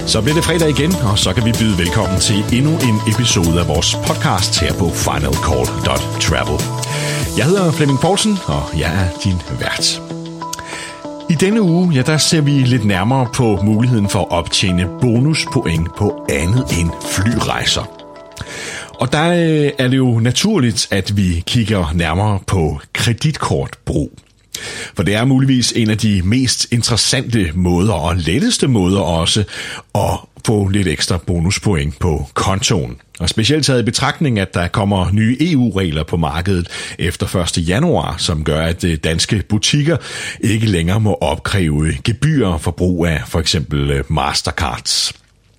Så bliver det fredag igen, og så kan vi byde velkommen til endnu en episode af vores podcast her på finalcall.travel. Jeg hedder Flemming Poulsen, og jeg er din vært. I denne uge, der ser vi lidt nærmere på muligheden for at optjene bonuspoint på andet end flyrejser. Og der er det jo naturligt, at vi kigger nærmere på kreditkortbrug. For det er muligvis en af de mest interessante måder og letteste måder også at få lidt ekstra bonuspoint på kontoen. Og specielt taget i betragtning, at der kommer nye EU-regler på markedet efter 1. januar, som gør, at danske butikker ikke længere må opkræve gebyrer for brug af for eksempel Mastercards.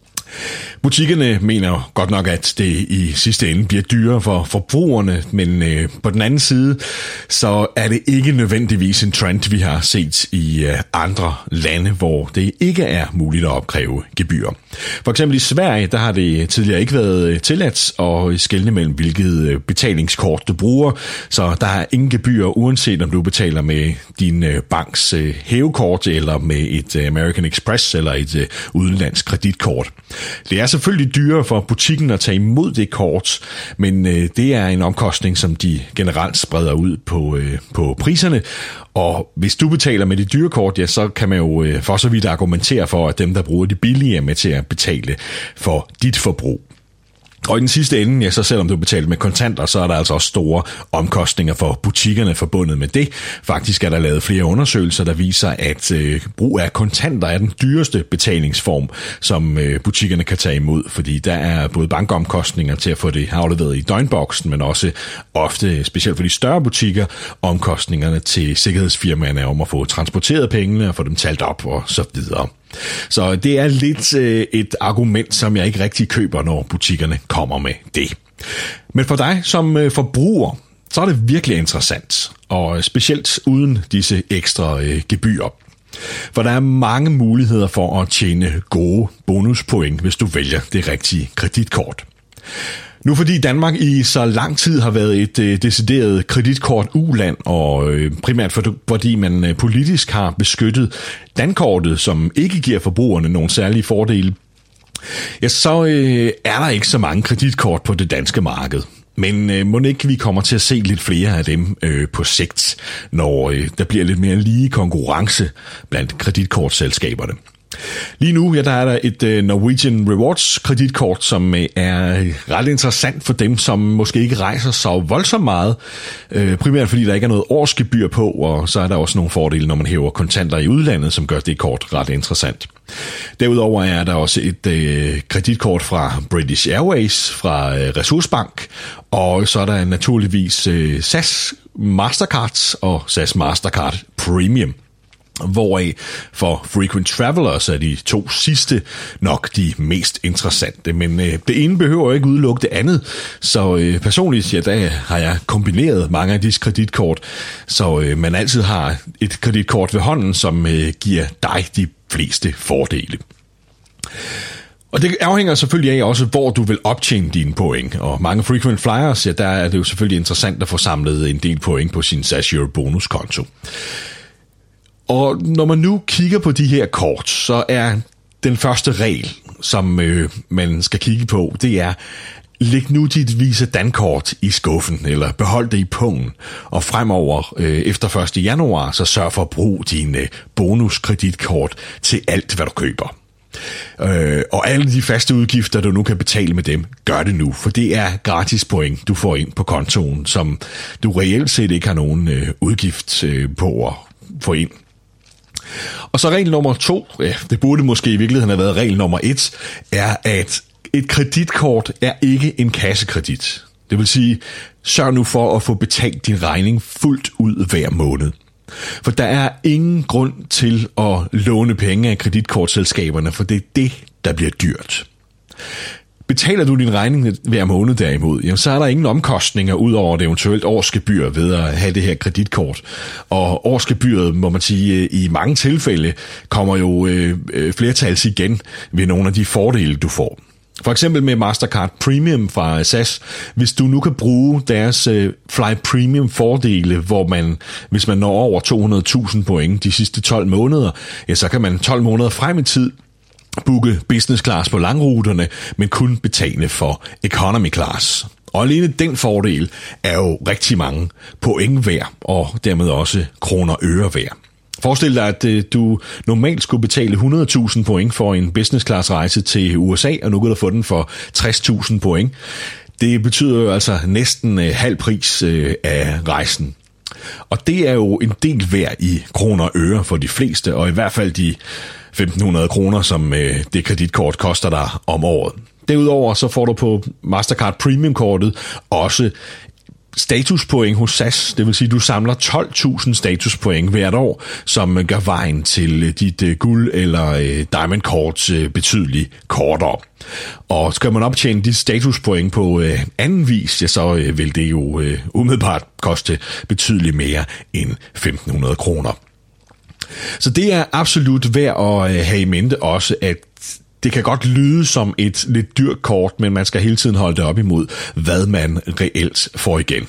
Butikkerne mener godt nok, at det i sidste ende bliver dyrere for forbrugerne, men på den anden side, så er det ikke nødvendigvis en trend, vi har set i andre lande, hvor det ikke er muligt at opkræve gebyrer. For eksempel i Sverige, der har det tidligere ikke været tilladt at skelne mellem, hvilket betalingskort du bruger, så der er ingen gebyrer, uanset om du betaler med din banks hævekort, eller med et American Express, eller et udenlandsk kreditkort. Det er selvfølgelig dyrere for butikken at tage imod det kort, men det er en omkostning, som de generelt spreder ud på priserne. Og hvis du betaler med det dyre kort, ja, så kan man jo for så vidt argumentere for, at dem, der bruger det billige, er med til at betale for dit forbrug. Og i den sidste ende, ja, så selvom du betaler med kontanter, så er der altså også store omkostninger for butikkerne forbundet med det. Faktisk er der lavet flere undersøgelser, der viser, at brug af kontanter er den dyreste betalingsform, som butikkerne kan tage imod, fordi der er både bankomkostninger til at få det afleveret i døgnboksen, men også ofte, specielt for de større butikker, omkostningerne til sikkerhedsfirmaerne om at få transporteret pengene og få dem talt op og så videre. Så det er lidt et argument, som jeg ikke rigtig køber, når butikkerne kommer med det. Men for dig som forbruger, så er det virkelig interessant, og specielt uden disse ekstra gebyrer. For der er mange muligheder for at tjene gode bonuspoint, hvis du vælger det rigtige kreditkort. Nu fordi Danmark i så lang tid har været et decideret kreditkort-uland, og primært fordi man politisk har beskyttet dankortet, som ikke giver forbrugerne nogen særlige fordele, ja, så er der ikke så mange kreditkort på det danske marked. Men må ikke vi kommer til at se lidt flere af dem på sigt, når der bliver lidt mere lige konkurrence blandt kreditkortselskaberne. Lige nu, ja, der er der et Norwegian Rewards kreditkort, som er ret interessant for dem, som måske ikke rejser så voldsomt meget. Primært fordi der ikke er noget årsgebyr på, og så er der også nogle fordele, når man hæver kontanter i udlandet, som gør det kort ret interessant. Derudover er der også et kreditkort fra British Airways, fra Ressourcebank, og så er der naturligvis SAS Mastercards og SAS Mastercard Premium. Hvoraf for frequent travelers er de to sidste nok de mest interessante, men det ene behøver ikke udelukke det andet, så personligt, ja, der har jeg kombineret mange af disse kreditkort, så man altid har et kreditkort ved hånden, som giver dig de fleste fordele. Og det afhænger selvfølgelig af også, hvor du vil optjene dine point. Og mange frequent flyers, ja, der er det jo selvfølgelig interessant at få samlet en del point på sin SAS Euro bonuskonto. Og når man nu kigger på de her kort, så er den første regel, som man skal kigge på, det er, læg nu dit Visa Dankort i skuffen, eller behold det i pungen, og fremover efter 1. januar, så sørg for at bruge dine bonuskreditkort til alt, hvad du køber. Og alle de faste udgifter, du nu kan betale med dem, gør det nu, for det er gratis point, du får ind på kontoen, som du reelt set ikke har nogen udgift på at få ind. Og så regel nummer 2, ja, det burde måske i virkeligheden have været regel nummer 1, er, at et kreditkort er ikke en kassekredit. Det vil sige, sørg nu for at få betalt din regning fuldt ud hver måned. For der er ingen grund til at låne penge af kreditkortselskaberne, for det er det, der bliver dyrt. Betaler du din regning hver måned derimod, jamen, så er der ingen omkostninger ud over det eventuelt årsgebyr ved at have det her kreditkort. Og årsgebyret, må man sige, i mange tilfælde kommer jo flertals igen ved nogle af de fordele, du får. For eksempel med Mastercard Premium fra SAS, hvis du nu kan bruge deres Fly Premium fordele, hvor man, hvis man når over 200.000 point de sidste 12 måneder, ja, så kan man 12 måneder frem i tid booke business class på langruterne, men kun betale for economy class. Og alene den fordel er jo rigtig mange point værd, og dermed også kroner og øre værd. Forestil dig, at du normalt skulle betale 100.000 point for en business class rejse til USA, og nu kan du få den for 60.000 point. Det betyder jo altså næsten halv pris af rejsen. Og det er jo en del værd i kroner og øre for de fleste, og i hvert fald de 1.500 kroner, som det kreditkort koster dig om året. Derudover så får du på Mastercard Premium-kortet også statuspoint hos SAS. Det vil sige, at du samler 12.000 statuspoint hvert år, som gør vejen til dit guld- eller diamond-kort betydeligt kortere. Og skal man optjene de statuspoint på anden vis, ja, så vil det jo umiddelbart koste betydeligt mere end 1.500 kroner. Så det er absolut værd at have i mente også, at det kan godt lyde som et lidt dyrt kort, men man skal hele tiden holde det op imod, hvad man reelt får igen.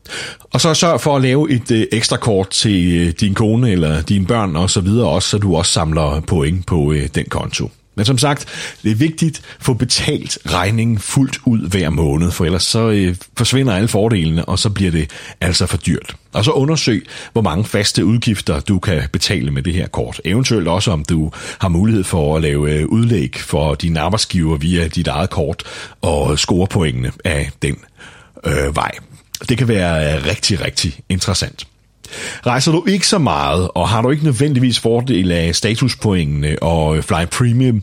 Og så sørg for at lave et ekstra kort til din kone eller dine børn og så videre også, så du også samler point på den konto. Men som sagt, det er vigtigt at få betalt regningen fuldt ud hver måned, for ellers så forsvinder alle fordelene, og så bliver det altså for dyrt. Og så undersøg, hvor mange faste udgifter du kan betale med det her kort. Eventuelt også, om du har mulighed for at lave udlæg for dine arbejdsgiver via dit eget kort og score pointene af den vej. Det kan være rigtig, rigtig interessant. Rejser du ikke så meget, og har du ikke nødvendigvis fordel af statuspointene og Fly Premium,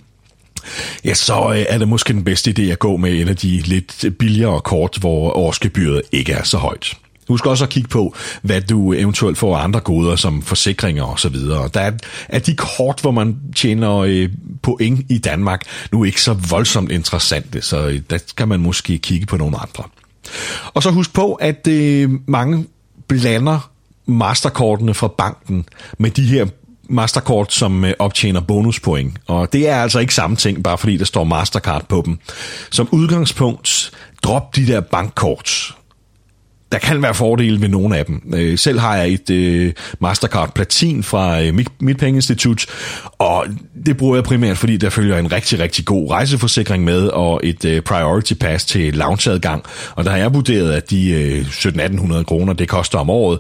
ja, så er det måske den bedste idé at gå med en af de lidt billigere kort, hvor årsgebyret ikke er så højt. Husk også at kigge på, hvad du eventuelt får andre goder, som forsikringer og så videre. Der er de kort, hvor man tjener point i Danmark, nu ikke så voldsomt interessante, så der kan man måske kigge på nogle andre. Og så husk på, at mange blander masterkortene fra banken med de her masterkort, som optjener bonuspoint. Og det er altså ikke samme ting, bare fordi der står Mastercard på dem. Som udgangspunkt, drop de der bankkort. Der kan være fordele ved nogle af dem. Selv har jeg et Mastercard Platin fra mit pengeinstitut, og det bruger jeg primært, fordi der følger en rigtig, rigtig god rejseforsikring med, og et Priority Pass til loungeadgang. Og der har jeg vurderet, at de 1.700-1.800 kroner, det koster om året,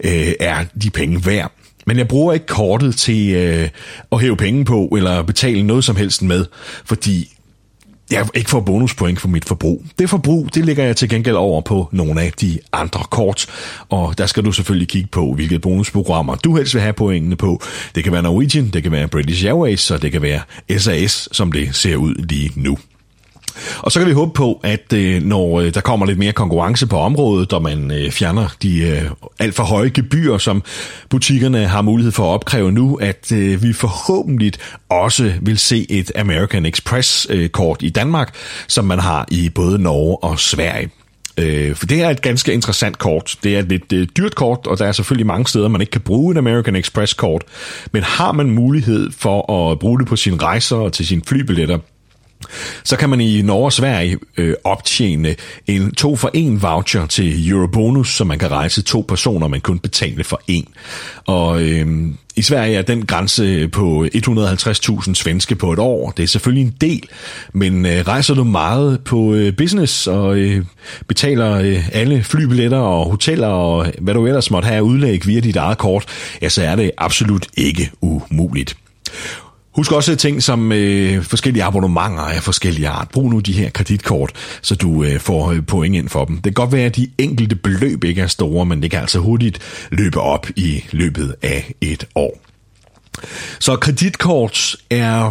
er de penge værd. Men jeg bruger ikke kortet til at hæve penge på, eller betale noget som helst med, fordi jeg ikke får bonuspoint for mit forbrug. Det forbrug, det lægger jeg til gengæld over på nogle af de andre kort, og der skal du selvfølgelig kigge på, hvilke bonusprogrammer du helst vil have pointene på. Det kan være Norwegian, det kan være British Airways, og det kan være SAS, som det ser ud lige nu. Og så kan vi håbe på, at når der kommer lidt mere konkurrence på området, og man fjerner de alt for høje gebyrer, som butikkerne har mulighed for at opkræve nu, at vi forhåbentlig også vil se et American Express-kort i Danmark, som man har i både Norge og Sverige. For det er et ganske interessant kort. Det er et lidt dyrt kort, og der er selvfølgelig mange steder, man ikke kan bruge et American Express-kort. Men har man mulighed for at bruge det på sine rejser og til sine flybilletter, så kan man i Norge og Sverige optjene en 2-for-1 voucher til Eurobonus, så man kan rejse 2 personer, men kun betale for 1. Og i Sverige er den grænse på 150.000 svenske på et år. Det er selvfølgelig en del, men rejser du meget på business og betaler alle flybilletter og hoteller og hvad du ellers måtte have udlæg via dit eget kort, ja, så er det absolut ikke umuligt. Husk også ting som forskellige abonnementer af forskellige art. Brug nu de her kreditkort, så du får point ind for dem. Det kan godt være, at de enkelte beløb ikke er store, men det kan altså hurtigt løbe op i løbet af et år. Så kreditkort er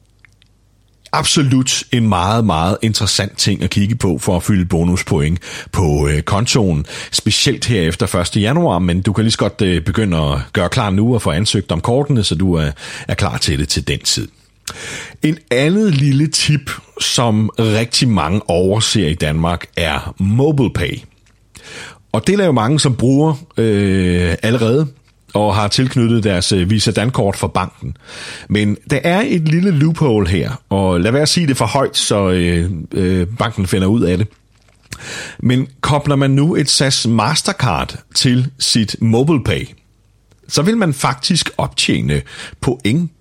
absolut en meget, meget interessant ting at kigge på for at fylde bonuspoint på kontoen, specielt her efter 1. januar, men du kan lige så godt begynde at gøre klar nu og få ansøgt om kortene, så du er klar til det til den tid. En andet lille tip, som rigtig mange overser i Danmark, er MobilePay. Og det er jo mange, som bruger allerede, og har tilknyttet deres Visa Dankort fra banken. Men der er et lille loophole her, og lad være at sige det for højt, så banken finder ud af det. Men kobler man nu et SAS Mastercard til sit MobilePay, så vil man faktisk optjene point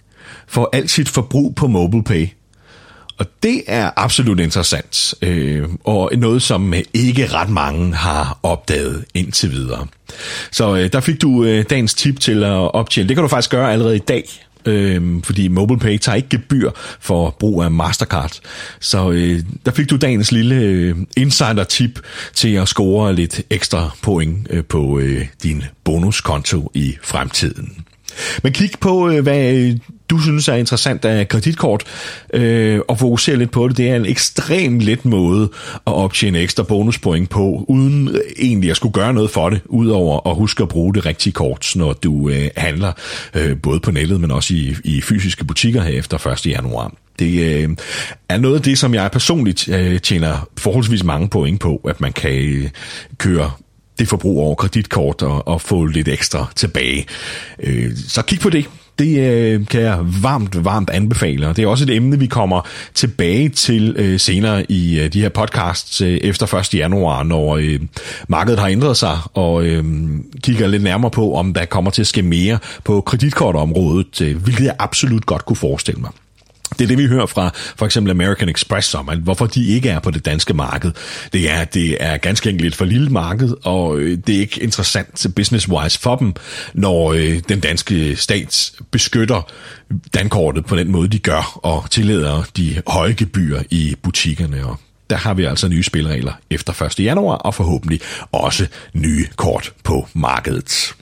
for alt sit forbrug på MobilePay. Og det er absolut interessant, og noget, som ikke ret mange har opdaget indtil videre. Så der fik du dagens tip til at optjene. Det kan du faktisk gøre allerede i dag, fordi MobilePay tager ikke gebyr for brug af Mastercard. Så der fik du dagens lille insider-tip til at score lidt ekstra point på din bonuskonto i fremtiden. Men kig på, hvad du synes er interessant af kreditkort, og fokusere lidt på det. Det er en ekstremt let måde at optjene ekstra bonuspoint på, uden egentlig at skulle gøre noget for det, udover at huske at bruge det rigtige kort, når du handler både på nettet, men også i fysiske butikker her efter 1. januar. Det er noget af det, som jeg personligt tjener forholdsvis mange point på, at man kan køre det forbrug over kreditkort og få lidt ekstra tilbage. Så kig på det. Det kan jeg varmt anbefale, og det er også et emne, vi kommer tilbage til senere i de her podcasts efter 1. januar, når markedet har ændret sig, og kigger lidt nærmere på, om der kommer til at ske mere på kreditkortområdet, hvilket jeg absolut godt kunne forestille mig. Det er det, vi hører fra for eksempel American Express om, at hvorfor de ikke er på det danske marked. Det er ganske enkelt et for lille marked, og det er ikke interessant business-wise for dem, når den danske stat beskytter dankortet på den måde, de gør, og tillader de høje gebyrer i butikkerne. Og der har vi altså nye spilleregler efter 1. januar, og forhåbentlig også nye kort på markedet.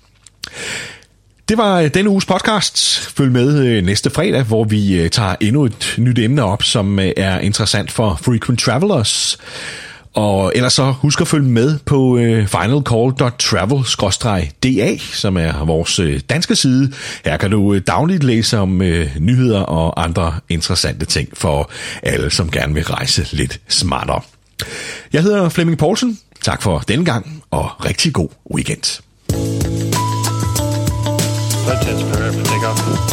Det var denne uges podcast. Følg med næste fredag, hvor vi tager endnu et nyt emne op, som er interessant for frequent travelers. Og ellers så husk at følge med på finalcall.travel/DA, som er vores danske side. Her kan du dagligt læse om nyheder og andre interessante ting for alle, som gerne vil rejse lidt smartere. Jeg hedder Flemming Poulsen. Tak for denne gang, og rigtig god weekend. Flight test prepare for takeoff.